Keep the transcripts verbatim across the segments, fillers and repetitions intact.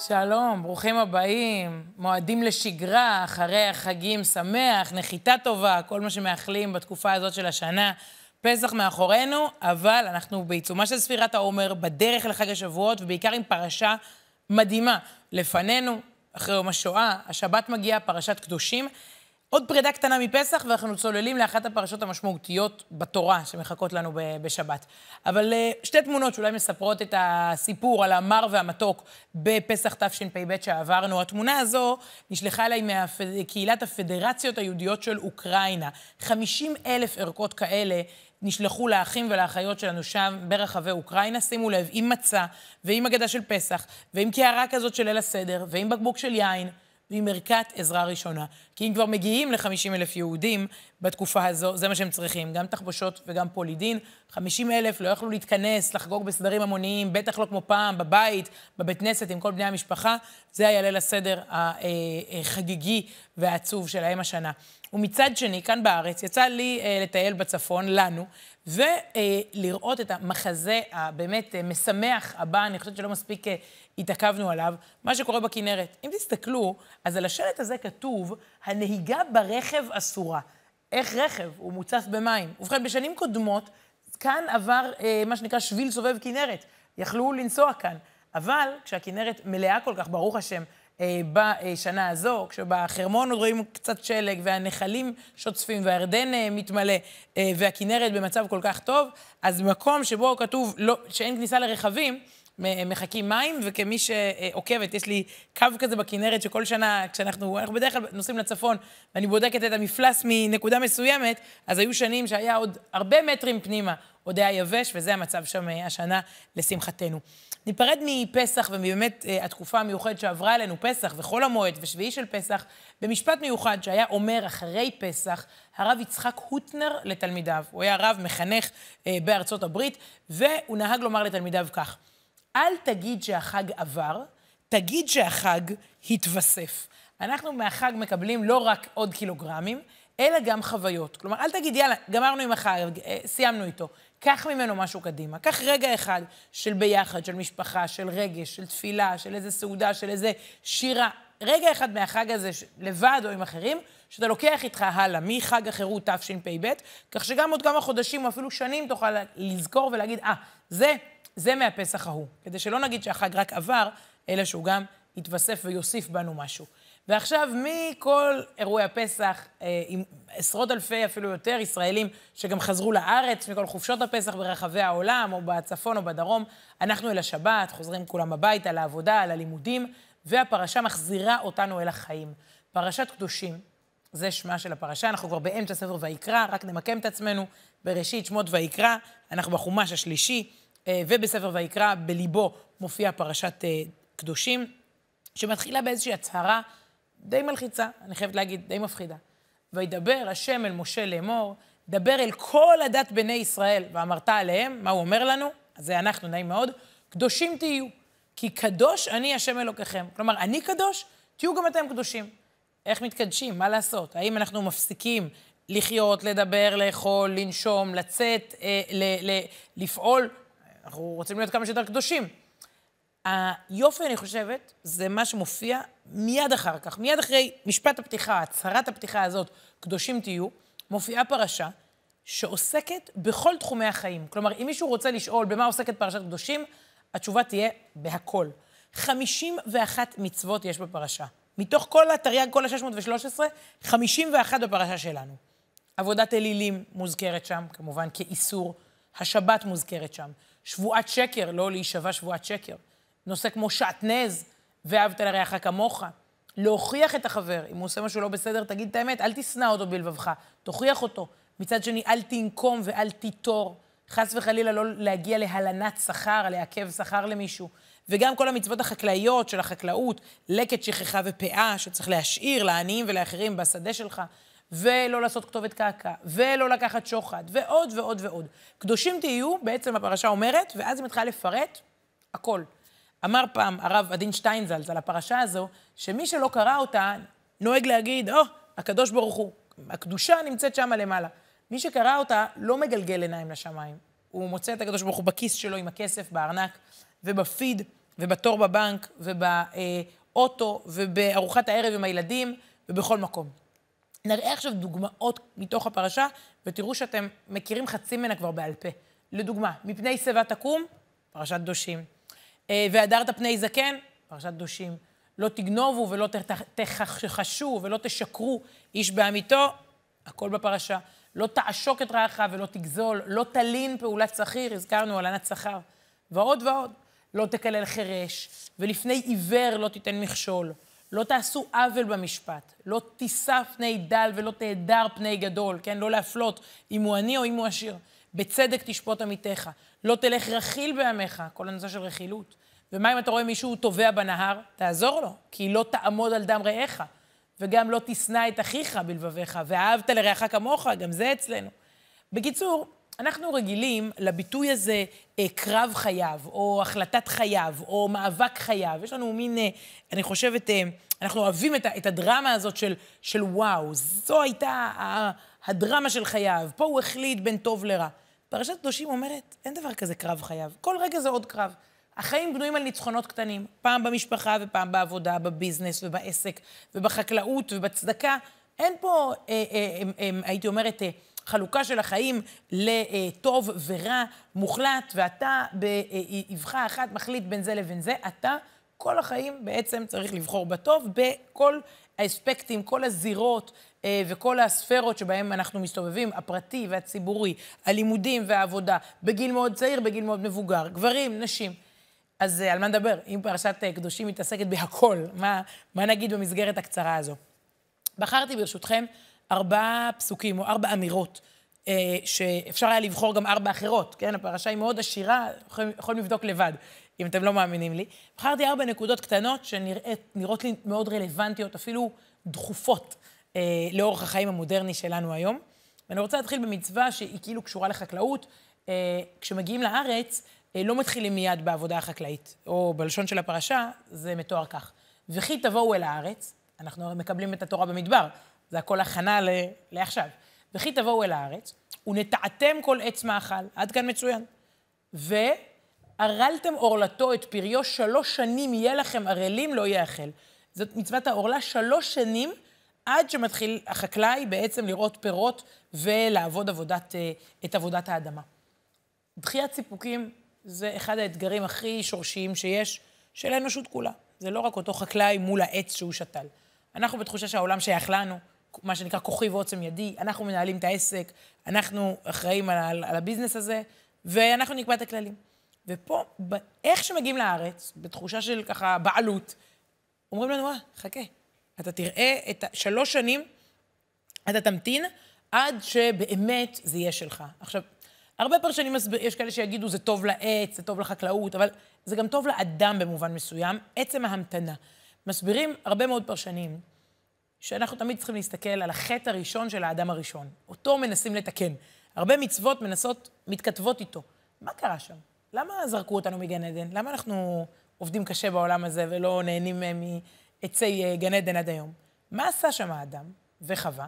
שלום, ברוכים הבאים. מועדים לשגרה, אחרי החגים שמח, נחיתה טובה, כל מה שמאחלים בתקופה הזאת של השנה. פסח מאחורינו, אבל אנחנו בעיצומה של ספירת העומר, בדרך לחג השבועות, ובעיקר עם פרשה מדהימה. לפנינו, אחרי יום השואה, השבת מגיעה, פרשת קדושים. עוד פרידה קטנה מפסח, ואנחנו צוללים לאחת הפרשות המשמעותיות בתורה שמחכות לנו בשבת. אבל שתי תמונות שאולי מספרות את הסיפור על המר והמתוק בפסח תשפ"ב שעברנו. התמונה הזו נשלחה אליי מקהילת הפדרציות היהודיות של אוקראינה. חמישים אלף ערכות כאלה נשלחו לאחים ולאחיות שלנו שם ברחבי אוקראינה. שימו לב, עם מצה ועם הגדה של פסח ועם קערה כזאת של ליל הסדר ועם בקבוק של יין. ועם ערכת עזרה ראשונה. כי אם כבר מגיעים ל-חמישים אלף יהודים בתקופה הזו, זה מה שהם צריכים, גם תחבושות וגם פולידין. חמישים אלף לא יכלו להתכנס, לחגוג בסדרים המוניים, בטח לא כמו פעם, בבית, בבית כנסת, עם כל בני המשפחה. זה היה ליל הסדר החגיגי והעצוב שלהם השנה. ומצד שני, כאן בארץ, יצא לי לטייל בצפון, לנו, ולראות את המחזה הבאמת משמח הבא, אני חושבת שלא מספיק התעכבנו עליו, מה שקורה בכנרת. אם תסתכלו, אז על השלט הזה כתוב, הנהיגה ברכב אסורה. איך רכב? הוא מוצף במים. ובכן, בשנים קודמות, כאן עבר מה שנקרא שביל סובב כנרת. יכלו לנסוע כאן. אבל כשהכנרת מלאה כל כך, ברוך השם, בשנה הזו, כשבחרמון עוד רואים קצת שלג, והנחלים שוצפים, והירדן מתמלא, והכנרת במצב כל כך טוב, אז במקום שבו כתוב לא, שאין כניסה לרכבים, מחכים מים, וכמי שעוקבת, יש לי קו כזה בכנרת, שכל שנה, כשאנחנו אנחנו בדרך כלל נוסעים לצפון, ואני בודקת את המפלס מנקודה מסוימת, אז היו שנים שהיה עוד הרבה מטרים פנימה, עוד היה יבש, וזה המצב שם השנה לשמחתנו. ניפרד מפסח ומבאמת התקופה המיוחדת שעברה עלינו, פסח וחול המועד ושביעי של פסח, במשפט מיוחד שהיה אומר אחרי פסח, הרב יצחק הוטנר לתלמידיו. הוא היה רב מחנך בארצות הברית, והוא נהג לומר לתלמידיו כך, אל תגיד שהחג עבר, תגיד שהחג התווסף. אנחנו מהחג מקבלים לא רק עוד קילוגרמים, אלא גם חוויות. כלומר, אל תגיד, יאללה, גמרנו עם החג, סיימנו איתו. קח ממנו משהו קדימה. קח רגע אחד של ביחד, של משפחה, של רגש, של תפילה, של איזה סעודה, של איזה שירה. רגע אחד מהחג הזה, לבד או עם אחרים, שאתה לוקח איתך הלאה, מחג החירות תשפ"ב, כך שגם עוד כמה חודשים או אפילו שנים תוכל לזכור ולהגיד, אה, זה, זה מהפסח ההוא. כדי שלא נגיד שהחג רק עבר, אלא שהוא גם יתווסף ויוסיף בנו משהו. ועכשיו, מכל אירועי הפסח, עם עשרות אלפי, אפילו יותר, ישראלים שגם חזרו לארץ, מכל חופשות הפסח ברחבי העולם, או בצפון או בדרום, אנחנו אל השבת, חוזרים כולם הביתה, לעבודה, ללימודים, והפרשה מחזירה אותנו אל החיים. פרשת קדושים, זה שמה של הפרשה, אנחנו כבר באמצע ספר ויקרא, רק נמקם את עצמנו בראשית שמות ויקרא, אנחנו בחומש השלישי, ובספר ויקרא בליבו מופיע פרשת קדושים, שמתחילה באיזושהי הצהרה די מלחיצה, אני חייבת להגיד, די מפחידה. וידבר השם אל משה לאמור, דבר אל כל הדת בני ישראל, ואמרת עליהם, מה הוא אומר לנו? אז זה אנחנו, נעים מאוד, קדושים תהיו, כי קדוש אני השם אלוקיכם. כלומר, אני קדוש, תהיו גם אתם קדושים. איך מתקדשים? מה לעשות? האם אנחנו מפסיקים לחיות, לדבר, לאכול, לנשום, לצאת, אה, ל- ל- לפעול? אנחנו רוצים להיות כמה שיותר קדושים. היופי, אני חושבת, זה מה שמופיע מיד אחר כך, מיד אחרי משפט הפתיחה, הצהרת הפתיחה הזאת, קדושים תהיו, מופיעה פרשה שעוסקת בכל תחומי החיים. כלומר, אם מישהו רוצה לשאול במה עוסקת פרשת קדושים, התשובה תהיה בהכל. חמישים ואחת מצוות יש בפרשה. מתוך כל התרי"ג, כל ה-שש מאות ושלוש עשרה, חמישים ואחת בפרשה שלנו. עבודת אלילים מוזכרת שם, כמובן כאיסור. השבת מוזכרת שם. שבועת שקר, לא להישבע שבועת שקר. נושא כמו שעטנז, ואהבת לרעך כמוך. להוכיח את החבר. אם הוא עושה משהו לא בסדר, תגיד את האמת, אל תשנא אותו בלבבך. תוכיח אותו. מצד שני, אל תנקום ואל תיטור. חס וחלילה לא להגיע להלנת שכר, לעכב שכר למישהו. וגם כל המצוות החקלאיות של החקלאות, לקט, שכחה ופאה, שצריך להשאיר לעניים ולאחרים בשדה שלך, ולא לעשות כתובת קעקע, ולא לקחת שוחד, ועוד ועוד ועוד. קדושים תהיו, בעצם הפרשה אומרת, ואז היא מתחילה לפרט הכל. אמר פעם הרב עדין שטיינזלץ על הפרשה הזו, שמי שלא קרא אותה, נוהג להגיד, או, הקדוש ברוך הוא, הקדושה נמצאת שם למעלה. מי שקרא אותה לא מגלגל עיניים לשמיים. הוא מוצא את הקדוש ברוך הוא בכיס שלו עם הכסף, בארנק ובפיד, ובתור בבנק, ובאוטו, ובארוחת הערב עם הילדים, ובכל מקום. נראה עכשיו דוגמאות מתוך הפרשה, ותראו שאתם מכירים חצי ממנה כבר בעל פה. לדוגמה, מפני שיבה תקום, פרשת קדושים. והדרת פני זקן, פרשת קדושים. לא תגנובו ולא תכחשו ולא תשקרו איש בעמיתו, הכל בפרשה. לא תעשוק את רעך ולא תגזול, לא תלין פעולת שכיר, הזכרנו הלנת שכר, ועוד ועוד. לא תקלל חירש, ולפני עיוור לא תיתן מכשול. לא תעשו עוול במשפט, לא תישא פני דל ולא תהדר פני גדול, כן? לא להפלות אם הוא עני או אם הוא עשיר. בצדק תשפוט עמיתך, לא תלך רכיל בעמך, כל הנושא של רכילות. ומה אם אתה רואה מישהו טובע בנהר? תעזור לו, כי לא תעמוד על דם רעך, וגם לא תשנא את אחיך בלבביך, ואהבת לרעך כמוך, גם זה אצלנו. בקיצור, אנחנו רגילים לביטוי הזה אה, קרב חייו, או החלטת חייו, או מאבק חייו. יש לנו מין, אה, אני חושבת, אה, אנחנו אוהבים את, את הדרמה הזאת של, של וואו, זו הייתה הדרמה של חייו, פה הוא החליט בין טוב לרע. פרשת קדושים אומרת, אין דבר כזה קרב חייו, כל רגע זה עוד קרב. החיים בנויים על ניצחונות קטנים, פעם במשפחה ופעם בעבודה, בביזנס ובעסק ובחקלאות ובצדקה. אין פה, אה, אה, אה, אה, הייתי אומרת, אה, חלוקה של החיים לטוב ורע מוחלט, ואתה באבחה אחת מחליט בין זה לבין זה, אתה כל החיים בעצם צריך לבחור בטוב, בכל האספקטים, כל הזירות וכל הספרות שבהם אנחנו מסתובבים, הפרטי והציבורי, הלימודים והעבודה, בגיל מאוד צעיר, בגיל מאוד מבוגר, גברים, נשים. אז על מה נדבר? אם פרשת קדושים מתעסקת בהכל, מה, מה נגיד במסגרת הקצרה הזו? בחרתי ברשותכם ארבע פסוקים או ארבע אמירות, אה, שאפשר היה לבחור גם ארבע אחרות, כן? הפרשה היא מאוד עשירה, יכולים, יכולים לבדוק לבד, אם אתם לא מאמינים לי. בחרתי ארבע נקודות קטנות שנראות לי מאוד רלוונטיות, אפילו דחופות, אה, לאורך החיים המודרני שלנו היום. ואני רוצה להתחיל במצווה שהיא כאילו קשורה לחקלאות. אה, כשמגיעים לארץ, אה, לא מתחילים מיד בעבודה החקלאית, או בלשון של הפרשה, זה מתואר כך. וכי תבואו אל הארץ, אנחנו מקבלים את התורה במדבר, זה הכל הכנה ל- לעכשיו. וכי תבואו אל הארץ, ונטעתם כל עץ מאכל, עד כאן מצוין. וערלתם עורלתו את פריו, שלוש שנים יהיה לכם ערלים, לא יאכל. זאת מצוות העורלה, שלוש שנים, עד שמתחיל החקלאי בעצם לראות פירות ולעבוד עבודת, את עבודת האדמה. דחיית סיפוקים זה אחד האתגרים הכי שורשיים שיש של האנושות כולה. זה לא רק אותו חקלאי מול העץ שהוא שתל. אנחנו בתחושה שהעולם שייך לנו, מה שנקרא כוחי ועוצם ידי, אנחנו מנהלים את העסק, אנחנו אחראים על, על הביזנס הזה, ואנחנו נקבע את הכללים. ופה, איך שמגיעים לארץ, בתחושה של ככה בעלות, אומרים לנו, אה, חכה, אתה תראה את שלוש שנים, אתה תמתין, עד שבאמת זה יהיה שלך. עכשיו, הרבה פרשנים, יש כאלה שיגידו, זה טוב לעץ, זה טוב לחקלאות, אבל זה גם טוב לאדם במובן מסוים, עצם ההמתנה. מסבירים הרבה מאוד פרשנים, שאנחנו תמיד צריכים להסתכל על החטא הראשון של האדם הראשון. אותו מנסים לתקן. הרבה מצוות מנסות, מתכתבות איתו. מה קרה שם? למה זרקו אותנו מגן עדן? למה אנחנו עובדים קשה בעולם הזה ולא נהנים מעצי גן עדן עד היום? מה עשה שם האדם וחווה?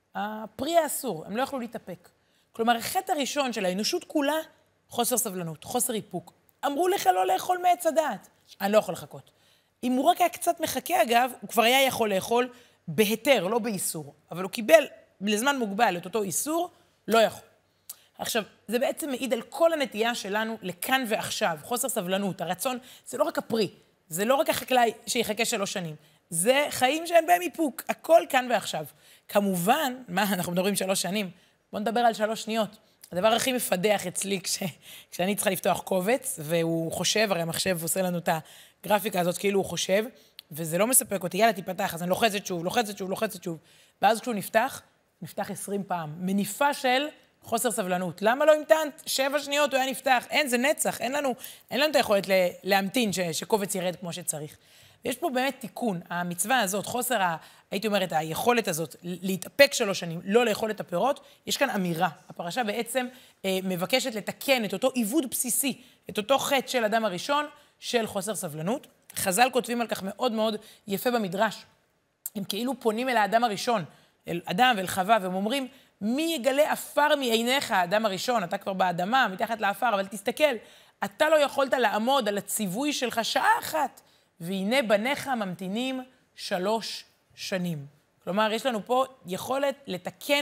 הפרי האסור, הם לא יכלו להתאפק. כלומר, החטא הראשון של האנושות כולה, חוסר סבלנות, חוסר איפוק. אמרו לך לא לאכול מעץ הדעת. אני לא יכול לחכות. אם הוא רק היה קצת מחכה, אגב, הוא כבר היה יכול לאכול בהיתר, לא באיסור. אבל הוא קיבל לזמן מוגבל את אותו איסור, לא יכול. עכשיו, זה בעצם מעיד על כל הנטייה שלנו לכאן ועכשיו, חוסר סבלנות, הרצון, זה לא רק הפרי, זה לא רק החקלאי שיחכה שלוש שנים, זה חיים שאין בהם איפוק, הכל כאן ועכשיו. כמובן, מה, אנחנו מדברים שלוש שנים, בואו נדבר על שלוש שניות. הדבר הכי מפדח אצלי כש, כשאני צריכה לפתוח קובץ, והוא חושב, הרי המחשב עושה לנו את הגרפיקה הזאת כאילו הוא חושב, וזה לא מספק אותי, יאללה תיפתח, אז אני לוחצת שוב, לוחצת שוב, לוחצת שוב. ואז כשהוא נפתח, נפתח עשרים פעם. מניפה של חוסר סבלנות. למה לא המתנת? שבע שניות הוא היה נפתח. אין, זה נצח, אין לנו, אין לנו את היכולת להמתין ש, שקובץ ירד כמו שצריך. ויש פה באמת תיקון. המצווה הזאת, חוסר, ה, הייתי אומרת, היכולת הזאת, להתאפק שלוש שנים, לא לאכול את הפירות, יש כאן אמירה. הפרשה בעצם אה, מבקשת לתקן את אותו עיוות בסיסי, את אותו חטא של אדם הראשון, של חוסר סבלנות. חז"ל כותבים על כך מאוד מאוד יפה במדרש. הם כאילו פונים אל האדם הראשון, אל אדם ואל חווה, והם אומרים, מי יגלה אפר מעיניך, האדם הראשון, אתה כבר באדמה, מתחת לאפר, אבל תסתכל, אתה לא יכולת לעמוד על הציווי שלך שעה אחת, והנה בניך ממתינים שלוש שנים. כלומר, יש לנו פה יכולת לתקן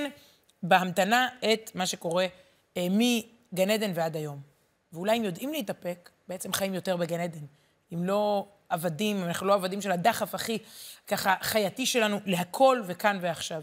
בהמתנה את מה שקורה אה, מגן עדן ועד היום. ואולי אם יודעים להתאפק, בעצם חיים יותר בגן עדן. אם לא עבדים, אם אנחנו לא עבדים של הדחף הכי ככה חייתי שלנו להכל וכאן ועכשיו.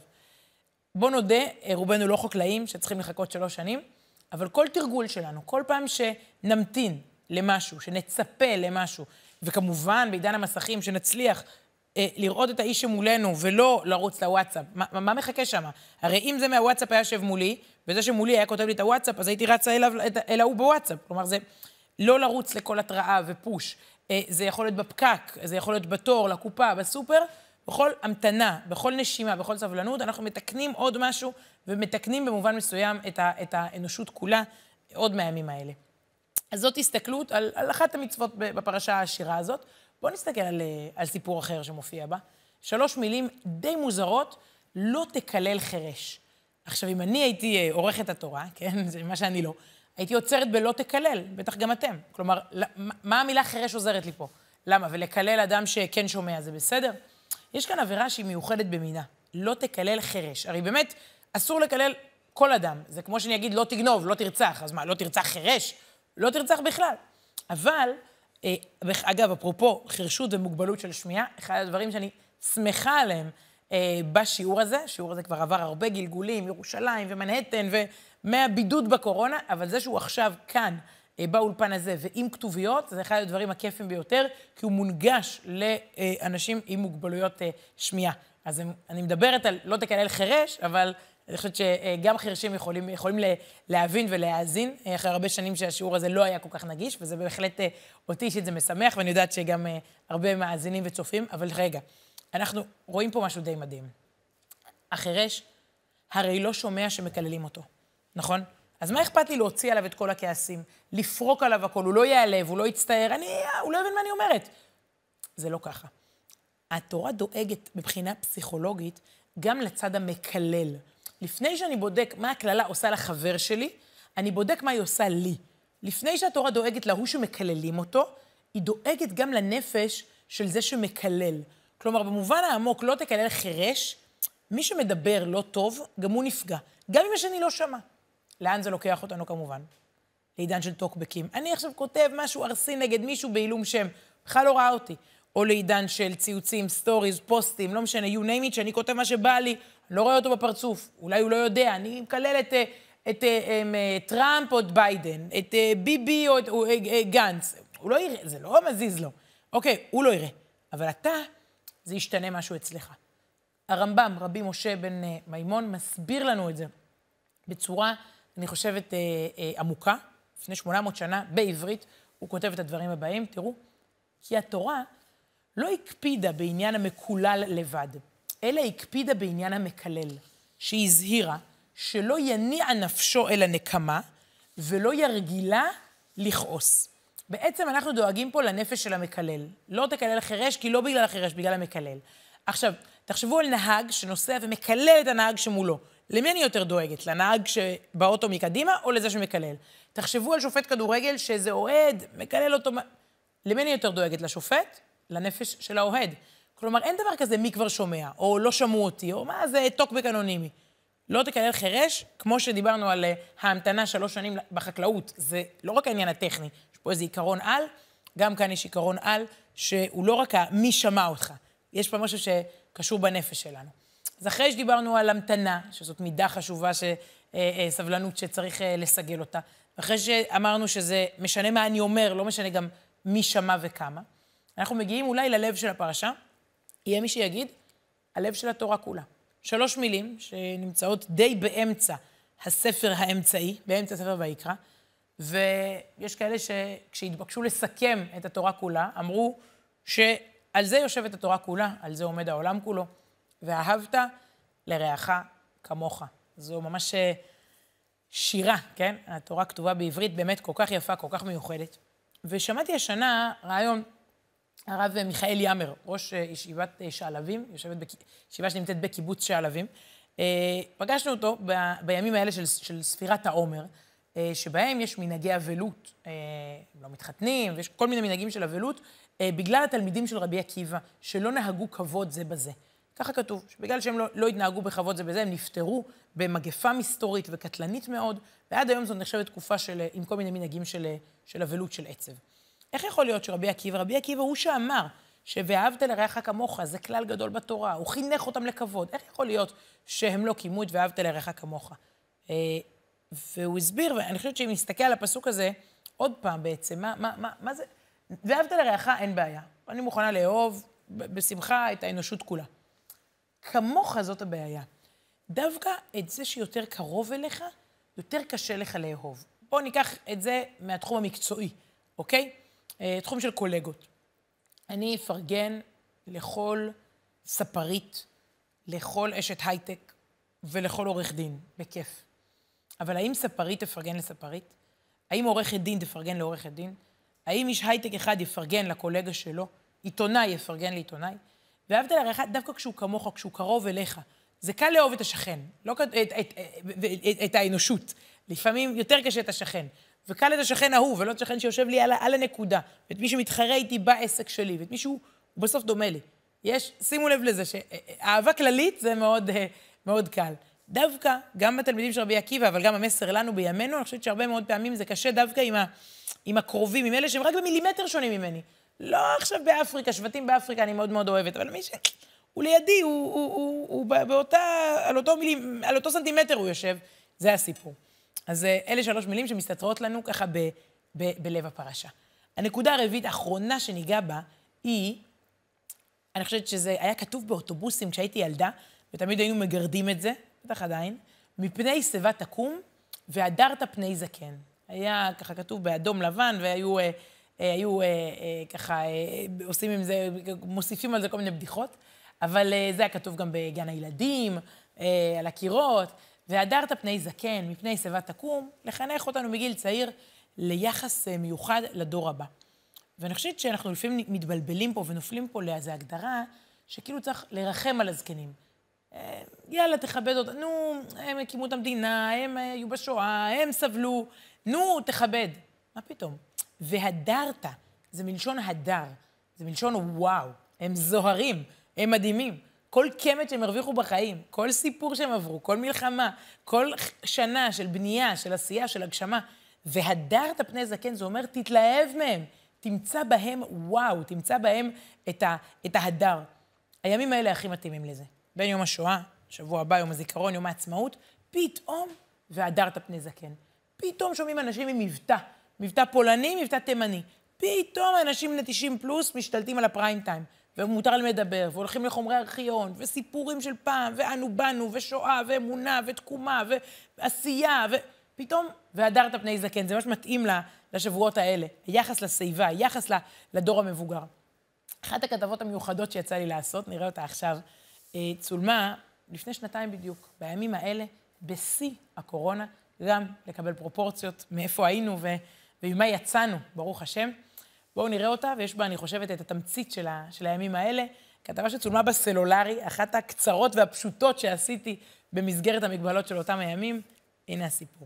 בוא נודה, רובנו לא חקלאים שצריכים לחכות שלוש שנים, אבל כל תרגול שלנו, כל פעם שנמתין למשהו, שנצפה למשהו, וכמובן בעידן המסכים שנצליח אה, לראות את האיש שמולנו ולא לרוץ לוואטסאפ, מה, מה מחכה שם? הרי אם זה מהוואטסאפ היה יושב מולי, וזה שמולי היה כותב לי את הוואטסאפ, אז הייתי רצה אליו, אל ההוא בוואטסאפ. כלומר, זה לא לרוץ לכל התראה ופוש. אה, זה יכול להיות בפקק, זה יכול להיות בתור, לקופה, בסופר, בכל המתנה, בכל נשימה, בכל סבלנות, אנחנו מתקנים עוד משהו, ומתקנים במובן מסוים את, ה, את האנושות כולה עוד מהימים האלה. אז זאת הסתכלות על, על אחת המצוות בפרשה העשירה הזאת. בואו נסתכל על, על סיפור אחר שמופיע בה. שלוש מילים די מוזרות, לא תקלל חרש. עכשיו, אם אני הייתי עורכת התורה, כן, זה מה שאני לא, הייתי עוצרת בלא תקלל, בטח גם אתם. כלומר, מה המילה חרש עוזרת לי פה? למה? ולקלל אדם שכן שומע, זה בסדר? יש כאן עבירה שהיא מיוחדת במינה. לא תקלל חרש. הרי באמת, אסור לקלל כל אדם. זה כמו שאני אגיד, לא תגנוב, לא תרצח. אז מה, לא תרצח חרש? לא תרצח בכלל. אבל, אה, אגב, אפרופו חרשות ומוגבלות של שמיעה, אחד הדברים שאני שמחה עליהם אה, בשיעור הזה, שיעור הזה כבר עבר הרבה גלגולים, ירושלים ומנהטן ומהבידוד בקורונה, אבל זה שהוא עכשיו כאן, אה, באולפן הזה ועם כתוביות, זה אחד הדברים הכיפים ביותר, כי הוא מונגש לאנשים עם מוגבלויות אה, שמיעה. אז אני מדברת על לא תקלל חרש, אבל אני חושבת שגם חרשים יכולים, יכולים להבין ולהאזין, אחרי הרבה שנים שהשיעור הזה לא היה כל כך נגיש, וזה בהחלט אותי שזה משמח, ואני יודעת שגם הרבה מאזינים וצופים, אבל רגע, אנחנו רואים פה משהו די מדהים. החרש הרי לא שומע שמקללים אותו, נכון? אז מה אכפת לי להוציא עליו את כל הכעסים, לפרוק עליו הכל, הוא לא יעלב, הוא לא יצטער, אני, הוא לא יבין מה אני אומרת. זה לא ככה. התורה דואגת מבחינה פסיכולוגית גם לצד המקלל. לפני שאני בודק מה הכללה עושה לחבר שלי, אני בודק מה היא עושה לי. לפני שהתורה דואגת להוא שמקללים אותו, היא דואגת גם לנפש של זה שמקלל. כלומר, במובן העמוק, לא תקלל חרש, מי שמדבר לא טוב, גם הוא נפגע. גם אם השני לא שמע. לאן זה לוקח אותנו כמובן? לעידן של טוקבקים. אני עכשיו כותב משהו ארסי נגד מישהו בעילום שם, בכלל לא ראה אותי. או לעידן של ציוצים, סטוריז, פוסטים, לא משנה, you name it, שאני כותב מה שבא לי, אני לא רואה אותו בפרצוף, אולי הוא לא יודע, אני מקלל את, את, את, את טראמפ או את ביידן, את ביבי או את או, גנץ, הוא לא יראה, זה לא מזיז לו. אוקיי, הוא לא יראה, אבל אתה, זה ישתנה משהו אצלך. הרמב"ם, רבי משה בן מימון, מסביר לנו את זה בצורה, אני חושבת, עמוקה, לפני שמונה מאות שנה, בעברית, הוא כותב את הדברים הבאים, תראו, כי התורה לא הקפידה בעניין המקולל לבד, אלא הקפידה בעניין המקלל, שהזהירה שלא יניע נפשו אל הנקמה, ולא ירגילה לכעוס. בעצם אנחנו דואגים פה לנפש של המקלל. לא תקלל החרש, כי לא בגלל החרש, בגלל המקלל. עכשיו, תחשבו על נהג שנוסע ומקלל את הנהג שמולו. למי אני יותר דואגת? לנהג שבאוטו מקדימה או לזה שמקלל? תחשבו על שופט כדורגל שזה אוהד, מקלל אותו. למי אני יותר דואגת? לשופט? לנפש של האוהד. כלומר, אין דבר כזה מי כבר שומע, או לא שמעו אותי, או מה זה טוקבק אנונימי. לא תקלל חרש, כמו שדיברנו על ההמתנה שלוש שנים בחקלאות, זה לא רק העניין הטכני, יש פה איזה עיקרון על, גם כאן יש עיקרון על, שהוא לא רק מי שמע אותך, יש פה משהו שקשור בנפש שלנו. אז אחרי שדיברנו על המתנה, שזאת מידה חשובה, סבלנות שצריך לסגל אותה, ואחרי שאמרנו שזה משנה מה אני אומר, לא משנה גם מי שמע וכמה, אנחנו מגיעים אולי ללב של הפרשה, יהיה מי שיגיד, הלב של התורה כולה. שלוש מילים שנמצאות די באמצע הספר האמצעי, באמצע הספר ויקרא, ויש כאלה שכשהתבקשו לסכם את התורה כולה, אמרו שעל זה יושבת התורה כולה, על זה עומד העולם כולו, ואהבת לרעך כמוך. זו ממש שירה, כן? התורה כתובה בעברית באמת כל כך יפה, כל כך מיוחדת. ושמעתי השנה רעיון, הרב מיכאל ימר, ראש ישיבת שעלבים, יושבת בישיבה שנמצאת בקיבוץ שעלבים, פגשנו אותו ב, בימים האלה של, של ספירת העומר, שבהם יש מנהגי אבלות, לא מתחתנים, ויש כל מיני מנהגים של אבלות, בגלל התלמידים של רבי עקיבא, שלא נהגו כבוד זה בזה. ככה כתוב, שבגלל שהם לא, לא התנהגו בכבוד זה בזה, הם נפטרו במגפה מסתורית וקטלנית מאוד, ועד היום זאת נחשבת תקופה של, עם כל מיני מנהגים של, של אבלות, של עצב. איך יכול להיות שרבי עקיבא, רבי עקיבא הוא שאמר, ש"ואהבת לרעך כמוך", זה כלל גדול בתורה, הוא חינך אותם לכבוד. איך יכול להיות שהם לא קיימו את "ואהבת לרעך כמוך"? והוא הסביר, ואני חושבת שאם נסתכל על הפסוק הזה, עוד פעם בעצם, מה, מה, מה, מה זה? "ואהבת לרעך" אין בעיה. אני מוכנה לאהוב בשמחה את האנושות כולה. כמוך זאת הבעיה. דווקא את זה שיותר קרוב אליך, יותר קשה לך לאהוב. בואו ניקח את זה מהתחום המקצועי, אוקיי? תחום של קולגות. אני אפרגן לכל ספרית, לכל אשת הייטק ולכל עורך דין, בכיף. אבל האם ספרית תפרגן לספרית? האם עורכת דין תפרגן לעורכת דין? האם איש הייטק אחד יפרגן לקולגה שלו? עיתונאי יפרגן לעיתונאי? ואהבת לרעך דווקא כשהוא כמוך, כשהוא קרוב אליך. זה קל לאהוב את השכן, לא את, את, את, את, את האנושות. לפעמים יותר קשה את השכן. וקל את השכן ההוא, ולא את השכן שיושב לי על, על הנקודה. ואת מי שמתחרה איתי בעסק שלי, ואת מי שהוא בסוף דומה לי. יש, שימו לב לזה, שאהבה כללית זה מאוד, מאוד קל. דווקא, גם בתלמידים של רבי עקיבא, אבל גם המסר לנו בימינו, אני חושבת שהרבה מאוד פעמים זה קשה דווקא עם, ה, עם הקרובים, עם אלה שהם רק במילימטר שונים ממני. לא עכשיו באפריקה, שבטים באפריקה אני מאוד מאוד אוהבת, אבל מי ש... הוא לידי, הוא, הוא, הוא, הוא באותה, על אותו, מילים, על אותו סנטימטר הוא יושב, זה הסיפור. אז אלה שלוש מילים שמסתתרות לנו ככה ב, ב, בלב הפרשה. הנקודה הרביעית האחרונה שניגע בה היא, אני חושבת שזה היה כתוב באוטובוסים כשהייתי ילדה, ותמיד היינו מגרדים את זה, בטח עדיין, מפני שיבה תקום והדרת פני זקן. היה ככה כתוב באדום לבן, והיו אה, היו, אה, אה, ככה אה, עושים עם זה, מוסיפים על זה כל מיני בדיחות, אבל אה, זה היה כתוב גם בגן הילדים, אה, על הקירות, והדרת פני זקן, מפני שיבה תקום, לחנך אותנו מגיל צעיר ליחס אה, מיוחד לדור הבא. ואני חושבת שאנחנו לפעמים מתבלבלים פה ונופלים פה לאיזו הגדרה, שכאילו צריך לרחם על הזקנים. יאללה, תכבד אותם, נו, הם הקימו את המדינה, הם היו בשואה, הם סבלו, נו, תכבד. מה פתאום? והדרת, זה מלשון הדר, זה מלשון וואו, הם זוהרים, הם מדהימים. כל קמת שהם הרוויחו בחיים, כל סיפור שהם עברו, כל מלחמה, כל שנה של בנייה, של עשייה, של הגשמה, והדרת פני זקן, זה אומר, תתלהב מהם, תמצא בהם וואו, תמצא בהם את, ה, את ההדר. הימים האלה הכי מתאימים לזה. בין יום השואה, שבוע הבא, יום הזיכרון, יום העצמאות, פתאום, והדרת פני זקן. פתאום שומעים אנשים עם מבטא, מבטא פולני, מבטא תימני. פתאום אנשים נטישים פלוס משתלטים על הפריים טיים, ומותר להם לדבר, והולכים לחומרי ארכיון, וסיפורים של פעם, ואנו באנו, ושואה, ואמונה, ותקומה, ועשייה, ופתאום, והדרת פני זקן. זה ממש מתאים לשבועות האלה, היחס לסביבה, היחס לדור המבוגר. אחת הכתבות המיוחדות שיצא לי לעשות, נראה אותה עכשיו, צולמה לפני שנתיים בדיוק, בימים האלה, בשיא הקורונה, גם לקבל פרופורציות מאיפה היינו וממה יצאנו, ברוך השם. בואו נראה אותה, ויש בה, אני חושבת, את התמצית של, ה, של הימים האלה. כתבה שצולמה בסלולרי, אחת הקצרות והפשוטות שעשיתי במסגרת המגבלות של אותם הימים. הנה הסיפור.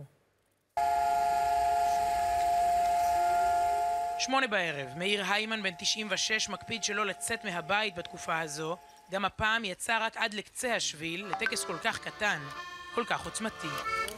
שמונה בערב, מאיר היימן בן תשעים ושש מקפיד שלא לצאת מהבית בתקופה הזו. גם הפעם יצא רק עד לקצה השביל, לטקס כל כך קטן, כל כך עוצמתי.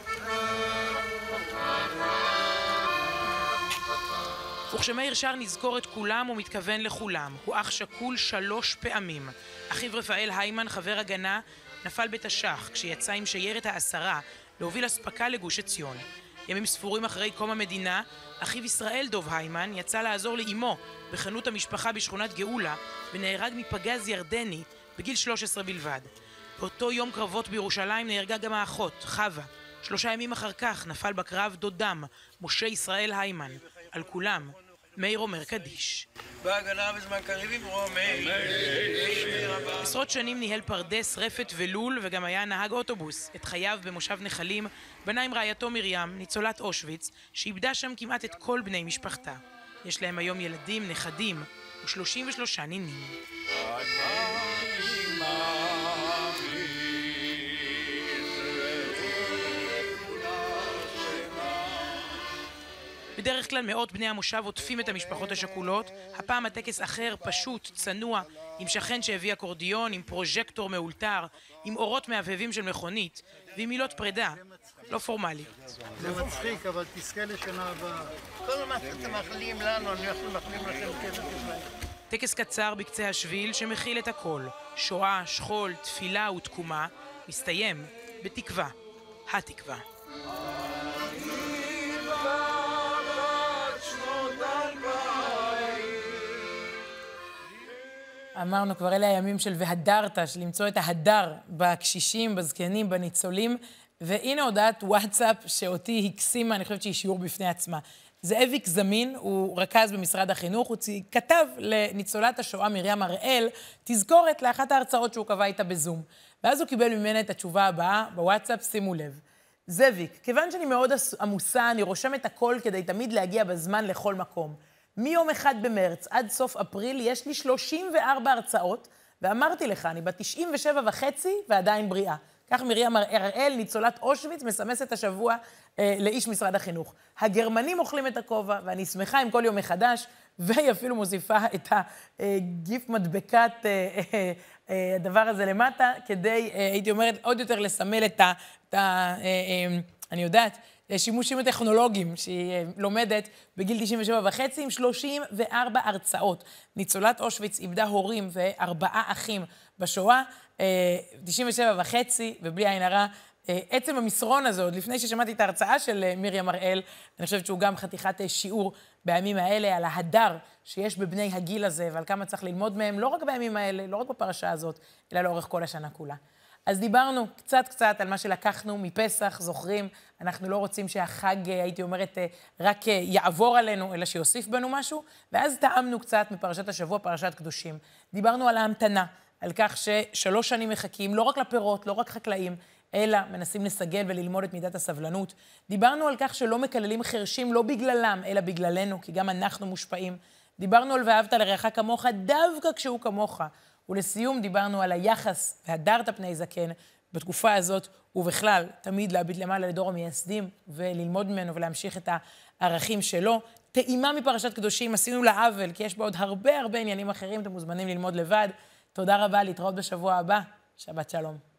וכשמאיר שר נזכור את כולם, הוא מתכוון לכולם. הוא אח שקול שלוש פעמים. אחיו רפאל היימן, חבר הגנה, נפל בתש"ח, כשיצא עם שיירת העשרה להוביל אספקה לגוש עציון. ימים ספורים אחרי קום המדינה, אחיו ישראל דוב היימן יצא לעזור לאמו בחנות המשפחה בשכונת גאולה, ונהרג מפגז ירדני בגיל שלוש עשרה בלבד. באותו יום קרבות בירושלים נהרגה גם האחות, חווה. שלושה ימים אחר כך נפל בקרב דודם, משה ישראל היימן. על כולם, מאיר אומר קדיש. בהגנה בזמן קריב אמרו מאיר. עשרות שנים ניהל פרדס, רפת ולול, וגם היה נהג אוטובוס. את חייו במושב נחלים בנה עם רעייתו מרים, ניצולת אושוויץ, שאיבדה שם כמעט את כל בני משפחתה. יש להם היום ילדים, נכדים ושלושים ושלושה נינים. בדרך כלל מאות בני המושב עוטפים את המשפחות השכולות, הפעם הטקס אחר, פשוט, צנוע, עם שכן שהביא אקורדיון, עם פרוז'קטור מאולתר, עם אורות מהבהבים של מכונית, ועם מילות פרידה, לא פורמלי. זה מצחיק, אבל תזכה לשנה הבאה. כל מה שאתם מאחלים לנו, אנחנו מאחלים לכם כסף ישראל. טקס קצר בקצה השביל שמכיל את הכל, שואה, שכול, תפילה ותקומה, מסתיים בתקווה, התקווה. אמרנו כבר, אלה הימים של והדרת, של למצוא את ההדר בקשישים, בזקנים, בניצולים, והנה הודעת וואטסאפ שאותי הקסימה, אני חושבת שהיא שיעור בפני עצמה. זאביק זמין, הוא רכז במשרד החינוך, הוא כתב לניצולת השואה מרים הראל, תזכורת לאחת ההרצאות שהוא קבע איתה בזום. ואז הוא קיבל ממנה את התשובה הבאה בוואטסאפ, שימו לב. זאביק, כיוון שאני מאוד עמוסה, אני רושמת הכל כדי תמיד להגיע בזמן לכל מקום. מיום אחד במרץ עד סוף אפריל יש לי שלושים וארבע הרצאות, ואמרתי לך, אני בת תשעים ושבע וחצי ועדיין בריאה. כך מרים הראל, ניצולת אושוויץ, מסמסת השבוע אה, לאיש משרד החינוך. הגרמנים אוכלים את הכובע, ואני שמחה עם כל יום מחדש, והיא אפילו מוסיפה את הגיף מדבקת אה, אה, אה, הדבר הזה למטה, כדי, אה, הייתי אומרת, עוד יותר לסמל את ה... את ה אה, אה, אני יודעת, שימושים הטכנולוגיים שהיא לומדת בגיל תשעים ושבע וחצי עם שלושים וארבע הרצאות. ניצולת אושוויץ איבדה הורים וארבעה אחים בשואה, תשעים ושבע וחצי, ובלי עין הרע, עצם המסרון הזה, עוד לפני ששמעתי את ההרצאה של מרים הראל, אני חושבת שהוא גם חתיכת שיעור בימים האלה על ההדר שיש בבני הגיל הזה, ועל כמה צריך ללמוד מהם, לא רק בימים האלה, לא רק בפרשה הזאת, אלא לאורך כל השנה כולה. אז דיברנו קצת קצת על מה שלקחנו מפסח, זוכרים, אנחנו לא רוצים שהחג, הייתי אומרת, רק יעבור עלינו, אלא שיוסיף בנו משהו, ואז טעמנו קצת מפרשת השבוע, פרשת קדושים. דיברנו על ההמתנה, על כך ששלוש שנים מחכים, לא רק לפירות, לא רק חקלאים, אלא מנסים לסגל וללמוד את מידת הסבלנות. דיברנו על כך שלא מקללים חרשים, לא בגללם, אלא בגללנו, כי גם אנחנו מושפעים. דיברנו על ואהבת לרעך כמוך, דווקא כשהוא כמוך. ולסיום דיברנו על היחס והדרת פני זקן בתקופה הזאת, ובכלל תמיד להביט למעלה לדור המייסדים וללמוד ממנו ולהמשיך את הערכים שלו. טעימה מפרשת קדושים, עשינו לה עוול, כי יש בה עוד הרבה הרבה עניינים אחרים, אתם מוזמנים ללמוד לבד. תודה רבה, להתראות בשבוע הבא, שבת שלום.